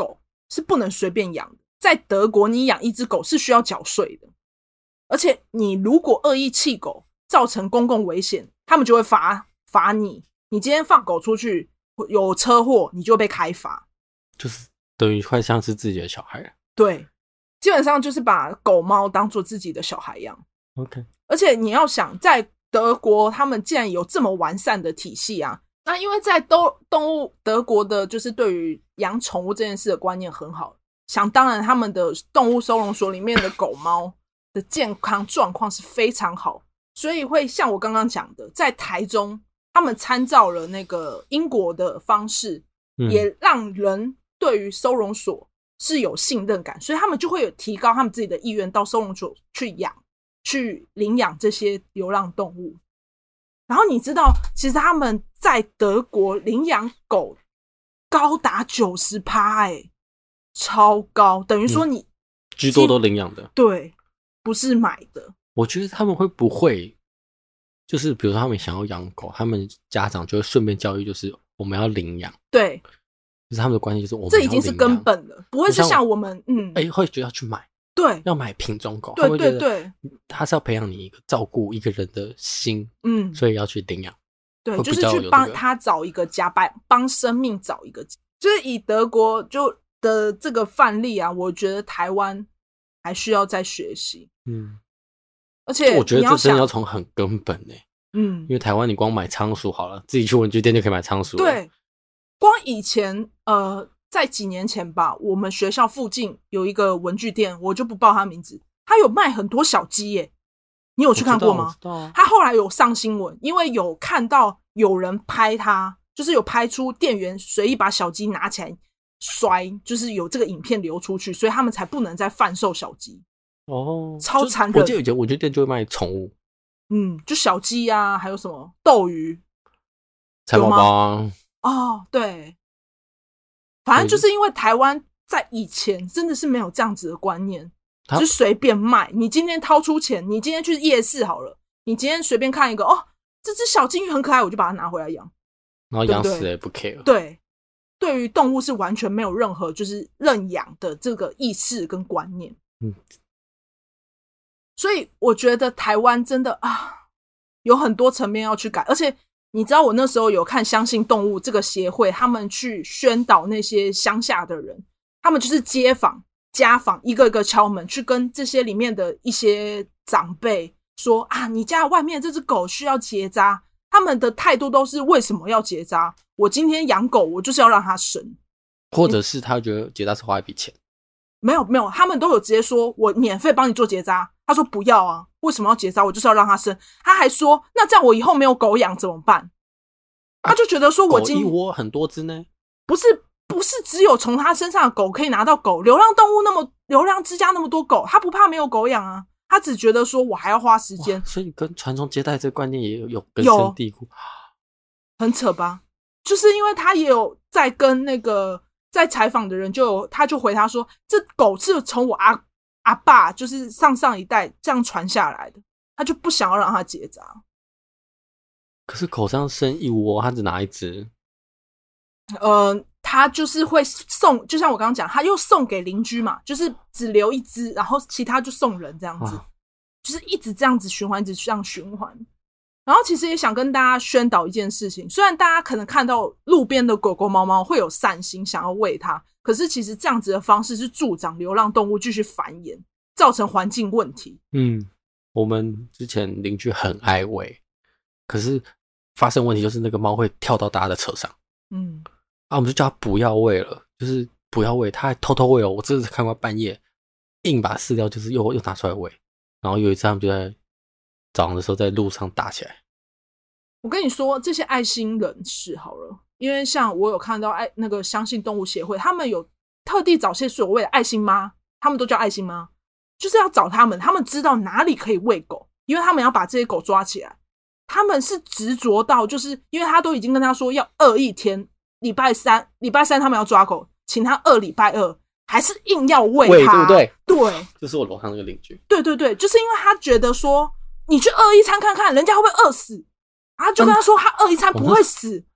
[SPEAKER 1] 是不能随便养的。在德国，你养一只狗是需要缴税的，而且你如果恶意弃狗，造成公共危险，他们就会罚罚你。你今天放狗出去有车祸，你就会被开罚，
[SPEAKER 2] 就是等于快像是自己的小孩了。
[SPEAKER 1] 对，基本上就是把狗猫当做自己的小孩一样。
[SPEAKER 2] OK，
[SPEAKER 1] 而且你要想，在德国他们既然有这么完善的体系啊，那因为在动动物德国的就是对于养宠物这件事的观念很好，想当然他们的动物收容所里面的狗猫的健康状况是非常好，所以会像我刚刚讲的，在台中他们参照了那个英国的方式、嗯、也让人对于收容所是有信任感，所以他们就会有提高他们自己的意愿到收容所去养去领养这些流浪动物。然后你知道其实他们在德国领养狗高达 百分之九十 欸，超高，等于说你、嗯、
[SPEAKER 2] 居多都领养的，
[SPEAKER 1] 对，不是买的。
[SPEAKER 2] 我觉得他们会不会就是比如说他们想要养狗，他们家长就会顺便教育就是我们要领养，
[SPEAKER 1] 对，
[SPEAKER 2] 就是他们的观念就是我们要领养，
[SPEAKER 1] 这已经是根本了，不会是像我们嗯，
[SPEAKER 2] 哎、欸，会觉得要去买，
[SPEAKER 1] 对，
[SPEAKER 2] 要买品种狗，
[SPEAKER 1] 对对对，
[SPEAKER 2] 他是要培养你一个照顾一个人的心，
[SPEAKER 1] 嗯，
[SPEAKER 2] 所以要去领养，
[SPEAKER 1] 对，就是去帮他找一个家，帮生命找一个家。就是以德国就的这个范例啊，我觉得台湾还需要再学习，嗯，而且
[SPEAKER 2] 我觉得这真的要从很根本欸，
[SPEAKER 1] 嗯，
[SPEAKER 2] 因为台湾你光买仓鼠好了，自己去文具店就可以买仓鼠了，
[SPEAKER 1] 对，光以前呃。在几年前吧，我们学校附近有一个文具店，我就不报他名字，他有卖很多小鸡耶，你有去看过吗？
[SPEAKER 2] 啊、
[SPEAKER 1] 他后来有上新闻，因为有看到有人拍他，就是有拍出店员随意把小鸡拿起来摔，就是有这个影片流出去，所以他们才不能再贩售小鸡。
[SPEAKER 2] 哦，
[SPEAKER 1] 超残忍。
[SPEAKER 2] 我记得以前文具店就会卖宠物，
[SPEAKER 1] 嗯，就小鸡啊，还有什么斗鱼、
[SPEAKER 2] 蚕宝宝啊，
[SPEAKER 1] 哦，对。反正就是因为台湾在以前真的是没有这样子的观念，就随便卖。你今天掏出钱，你今天去夜市好了，你今天随便看一个，哦，这只小金鱼很可爱，我就把它拿回来养，
[SPEAKER 2] 然后养死了也不 care。
[SPEAKER 1] 对，对于动物是完全没有任何就是认养的这个意识跟观念。嗯，所以我觉得台湾真的啊，有很多层面要去改，而且。你知道我那时候有看相信动物这个协会，他们去宣导那些乡下的人，他们就是街访家访，一个一个敲门去跟这些里面的一些长辈说啊，你家外面这只狗需要结扎，他们的态度都是为什么要结扎？我今天养狗我就是要让它生，
[SPEAKER 2] 或者是他觉得结扎是花一笔钱，
[SPEAKER 1] 没有没有，他们都有直接说我免费帮你做结扎，他说不要啊，为什么要结扎？我就是要让它生。他还说那这样我以后没有狗养怎么办？他就觉得说我今
[SPEAKER 2] 狗一窝很多只呢，
[SPEAKER 1] 不是不是只有从他身上的狗可以拿到狗，流浪动物那么流浪之家那么多狗，他不怕没有狗养啊，他只觉得说我还要花时间，
[SPEAKER 2] 所以跟传宗接代这个观念也有有根深蒂固，
[SPEAKER 1] 很扯吧？就是因为他也有在跟那个在采访的人就有，他就回他说，这狗是从我阿阿爸就是上上一代这样传下来的，他就不想要让它结扎。
[SPEAKER 2] 可是狗上生一窝，他只拿一只。
[SPEAKER 1] 呃，他就是会送，就像我刚刚讲，他又送给邻居嘛，就是只留一只，然后其他就送人这样子，就是一直这样子循环，一直这样循环。然后其实也想跟大家宣导一件事情，虽然大家可能看到路边的狗狗猫猫会有善心想要喂它，可是其实这样子的方式是助长流浪动物继续繁衍，造成环境问题。
[SPEAKER 2] 嗯，我们之前邻居很爱喂，可是发生问题就是那个猫会跳到大家的车上。嗯，啊，我们就叫他不要喂了，就是不要喂，他还偷偷喂哦。我真的是看过半夜硬把饲料就是又又拿出来喂，然后有一次他们就在早上的时候在路上打起来。
[SPEAKER 1] 我跟你说，这些爱心人士好了，因为像我有看到爱那个相信动物协会，他们有特地找些所谓的爱心妈，他们都叫爱心妈，就是要找他们，他们知道哪里可以喂狗，因为他们要把这些狗抓起来。他们是执着到，就是因为他都已经跟他说要饿一天，礼拜三礼拜三他们要抓狗，请他饿礼拜二，还是硬要喂他，
[SPEAKER 2] 喂对不对？
[SPEAKER 1] 对，
[SPEAKER 2] 就是我楼上那个邻居。
[SPEAKER 1] 对对对，就是因为他觉得说，你去饿一餐看看，人家会不会饿死？他就跟他说，他饿一餐不会死。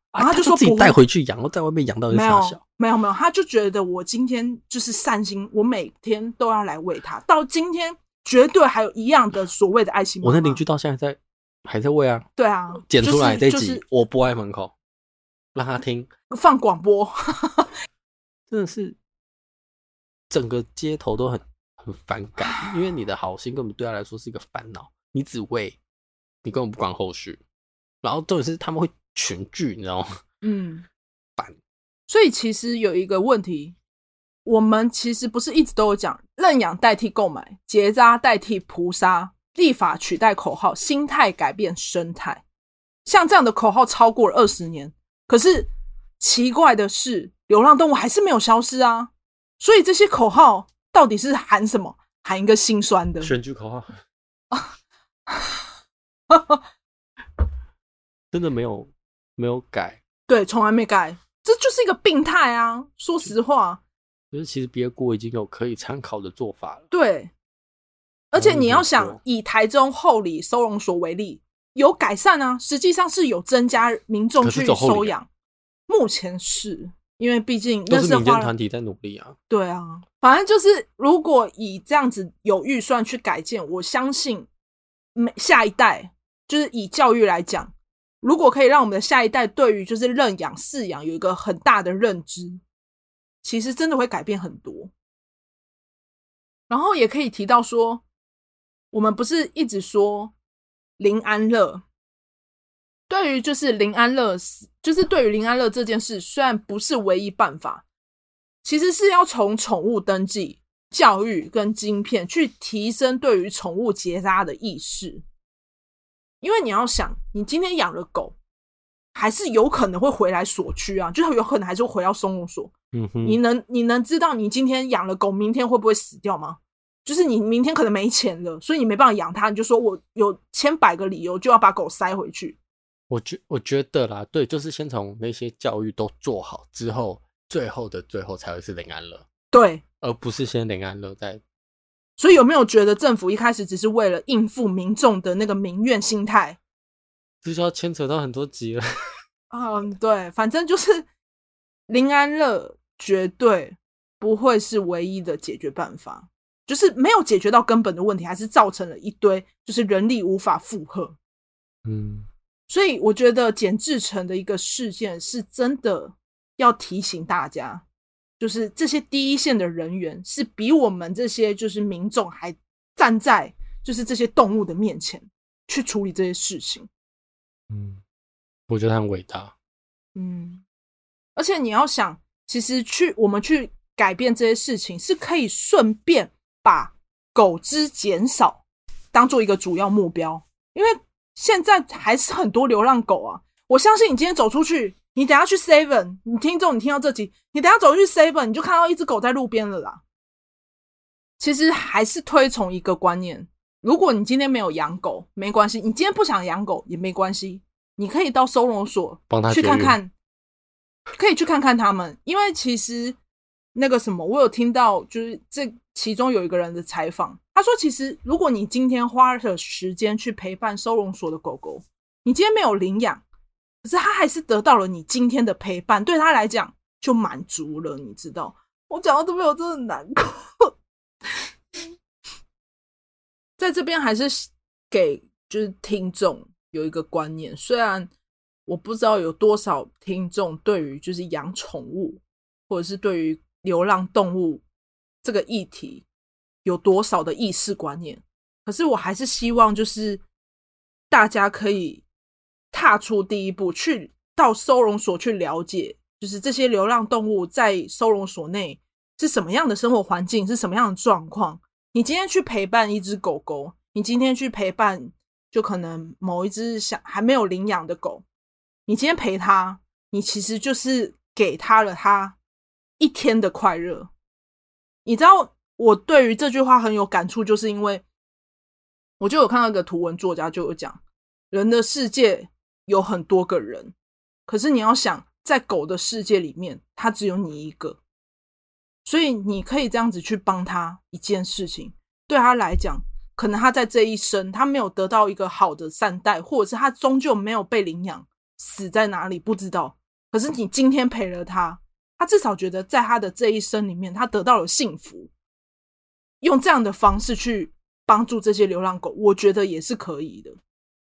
[SPEAKER 1] 然后他就说
[SPEAKER 2] 自己带回去养，然后在外面养到底是啥小？
[SPEAKER 1] 没有没有，他就觉得我今天就是善心，我每天都要来喂他，到今天绝对还有一样的所谓的爱心妈妈。
[SPEAKER 2] 我那邻居到现在在还在喂啊。
[SPEAKER 1] 对啊，
[SPEAKER 2] 剪出来这集、
[SPEAKER 1] 就是就是、
[SPEAKER 2] 我播在门口让他听，
[SPEAKER 1] 放广播，
[SPEAKER 2] 真的是整个街头都很很反感，因为你的好心根本对他来说是一个烦恼，你只喂，你根本不管后续，然后重点是他们会群聚，你知道吗？
[SPEAKER 1] 嗯，
[SPEAKER 2] 烦。
[SPEAKER 1] 所以其实有一个问题，我们其实不是一直都有讲认养代替购买，结扎代替扑杀，立法取代口号，心态改变生态。像这样的口号超过了二十年，可是奇怪的是，流浪动物还是没有消失啊。所以这些口号到底是喊什么？喊一个心酸的
[SPEAKER 2] 选举口号，真的没有没有改，
[SPEAKER 1] 对，从来没改，这就是一个病态啊！说实话，
[SPEAKER 2] 就是其实别国已经有可以参考的做法了。
[SPEAKER 1] 对，而且你要想，以台中后里收容所为例，有改善啊，实际上是有增加民众去收养。目前是因为毕竟那
[SPEAKER 2] 都是民间团体在努力啊。
[SPEAKER 1] 对啊，反正就是如果以这样子有预算去改建，我相信下一代就是以教育来讲，如果可以让我们的下一代对于就是认养饲养有一个很大的认知，其实真的会改变很多。然后也可以提到说，我们不是一直说林安乐，对于就是林安乐，就是对于林安乐这件事，虽然不是唯一办法，其实是要从宠物登记、教育跟晶片去提升对于宠物结扎的意识。因为你要想，你今天养了狗，还是有可能会回来所区啊，就是有可能还是会回到收容所。
[SPEAKER 2] 嗯哼，
[SPEAKER 1] 你能你能知道你今天养了狗，明天会不会死掉吗？就是你明天可能没钱了，所以你没办法养它，你就说我有千百个理由就要把狗塞回去。
[SPEAKER 2] 我觉我觉得啦，对，就是先从那些教育都做好之后，最后的最后才会是林安乐，
[SPEAKER 1] 对，
[SPEAKER 2] 而不是先林安乐再。
[SPEAKER 1] 所以有没有觉得政府一开始只是为了应付民众的那个民怨心态？
[SPEAKER 2] 这就要牵扯到很多集了。
[SPEAKER 1] 嗯，对，反正就是林安乐绝对不会是唯一的解决办法，就是没有解决到根本的问题，还是造成了一堆就是人力无法负荷。
[SPEAKER 2] 嗯，
[SPEAKER 1] 所以我觉得简志成的一个事件是真的要提醒大家，就是这些第一线的人员是比我们这些就是民众还站在就是这些动物的面前去处理这些事情。
[SPEAKER 2] 嗯，我觉得他很伟大。
[SPEAKER 1] 嗯，而且你要想，其实去我们去改变这些事情，是可以顺便把狗只减少当做一个主要目标，因为现在还是很多流浪狗啊。我相信你今天走出去，你等一下去 seven， 你听众你听到这集，你等一下走去 seven， 你就看到一只狗在路边了啦。其实还是推崇一个观念，如果你今天没有养狗没关系，你今天不想养狗也没关系，你可以到收容所去看看，可以去看看他们。因为其实那个什么，我有听到就是这其中有一个人的采访，他说其实如果你今天花了时间去陪伴收容所的狗狗，你今天没有领养，可是他还是得到了你今天的陪伴，对他来讲就满足了。你知道我讲到这边我真的很难过。在这边还是给就是听众有一个观念，虽然我不知道有多少听众对于就是养宠物或者是对于流浪动物这个议题有多少的意识观念，可是我还是希望就是大家可以踏出第一步，去到收容所去了解，就是这些流浪动物在收容所内是什么样的生活环境，是什么样的状况。你今天去陪伴一只狗狗，你今天去陪伴就可能某一只想还没有领养的狗，你今天陪它，你其实就是给它了它一天的快乐。你知道我对于这句话很有感触，就是因为我就有看到一个图文作家就有讲，人的世界有很多个人，可是你要想在狗的世界里面它只有你一个，所以你可以这样子去帮他一件事情，对他来讲可能他在这一生他没有得到一个好的善待，或者是他终究没有被领养，死在哪里不知道， 可是你今天陪了他，他至少觉得在他的这一生里面，他得到了幸福。用这样的方式去帮助这些流浪狗，我觉得也是可以的。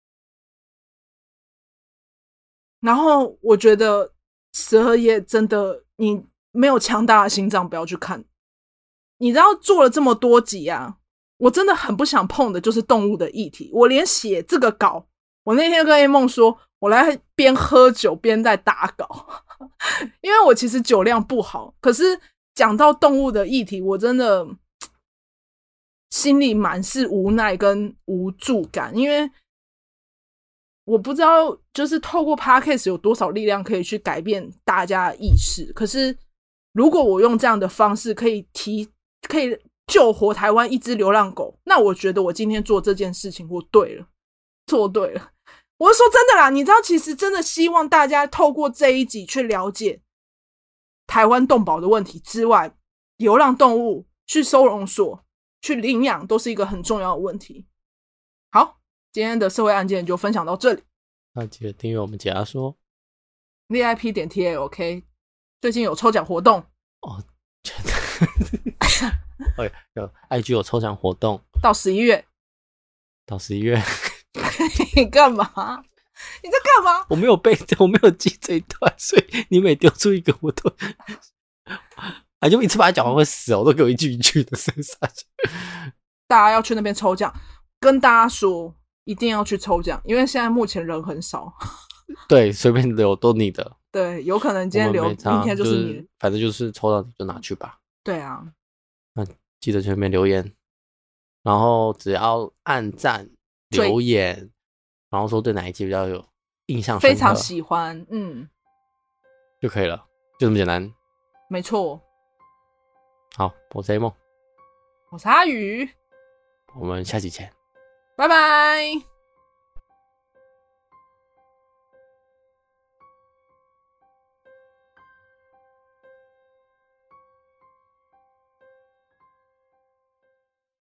[SPEAKER 1] 然后我觉得十二夜真的，你没有强大的心脏不要去看。你知道做了这么多集啊，我真的很不想碰的就是动物的议题。我连写这个稿，我那天跟 A 梦说，我来边喝酒边在打稿，因为我其实酒量不好，可是讲到动物的议题，我真的心里满是无奈跟无助感，因为我不知道就是透过 Podcast 有多少力量可以去改变大家的意识，可是如果我用这样的方式可以提可以救活台湾一只流浪狗，那我觉得我今天做这件事情我对了，做对了。我是说真的啦，你知道其实真的希望大家透过这一集去了解台湾动保的问题之外，流浪动物去收容所去领养都是一个很重要的问题。好，今天的社会案件就分享到这里。
[SPEAKER 2] 那记得订阅我们解压说
[SPEAKER 1] V I P 点 T A OK， 最近有抽奖活动
[SPEAKER 2] 哦，真的。okay, 有 I G 有抽奖活动，
[SPEAKER 1] 到十一月，
[SPEAKER 2] 到十一月。
[SPEAKER 1] 你干嘛？你在干嘛？
[SPEAKER 2] 我没有背，我没有记这一段，所以你每丢出一个，我都，啊，就一次把它讲完会死哦，我都给我一句一句的生下去。
[SPEAKER 1] 大家要去那边抽奖，跟大家说一定要去抽奖，因为现在目前人很少。
[SPEAKER 2] 对，随便留都你的。
[SPEAKER 1] 对，有可能今天留，明天就是你的、
[SPEAKER 2] 就是，反正就是抽到你就拿去吧。
[SPEAKER 1] 对啊，
[SPEAKER 2] 那记得去那边留言，然后只要按赞留言，然后说对哪一集比较有印象深刻，
[SPEAKER 1] 非常喜欢，嗯，
[SPEAKER 2] 就可以了，就这么简单。
[SPEAKER 1] 没错。
[SPEAKER 2] 好，我是 A 梦，
[SPEAKER 1] 我是阿宇，
[SPEAKER 2] 我们下期见，
[SPEAKER 1] 拜拜。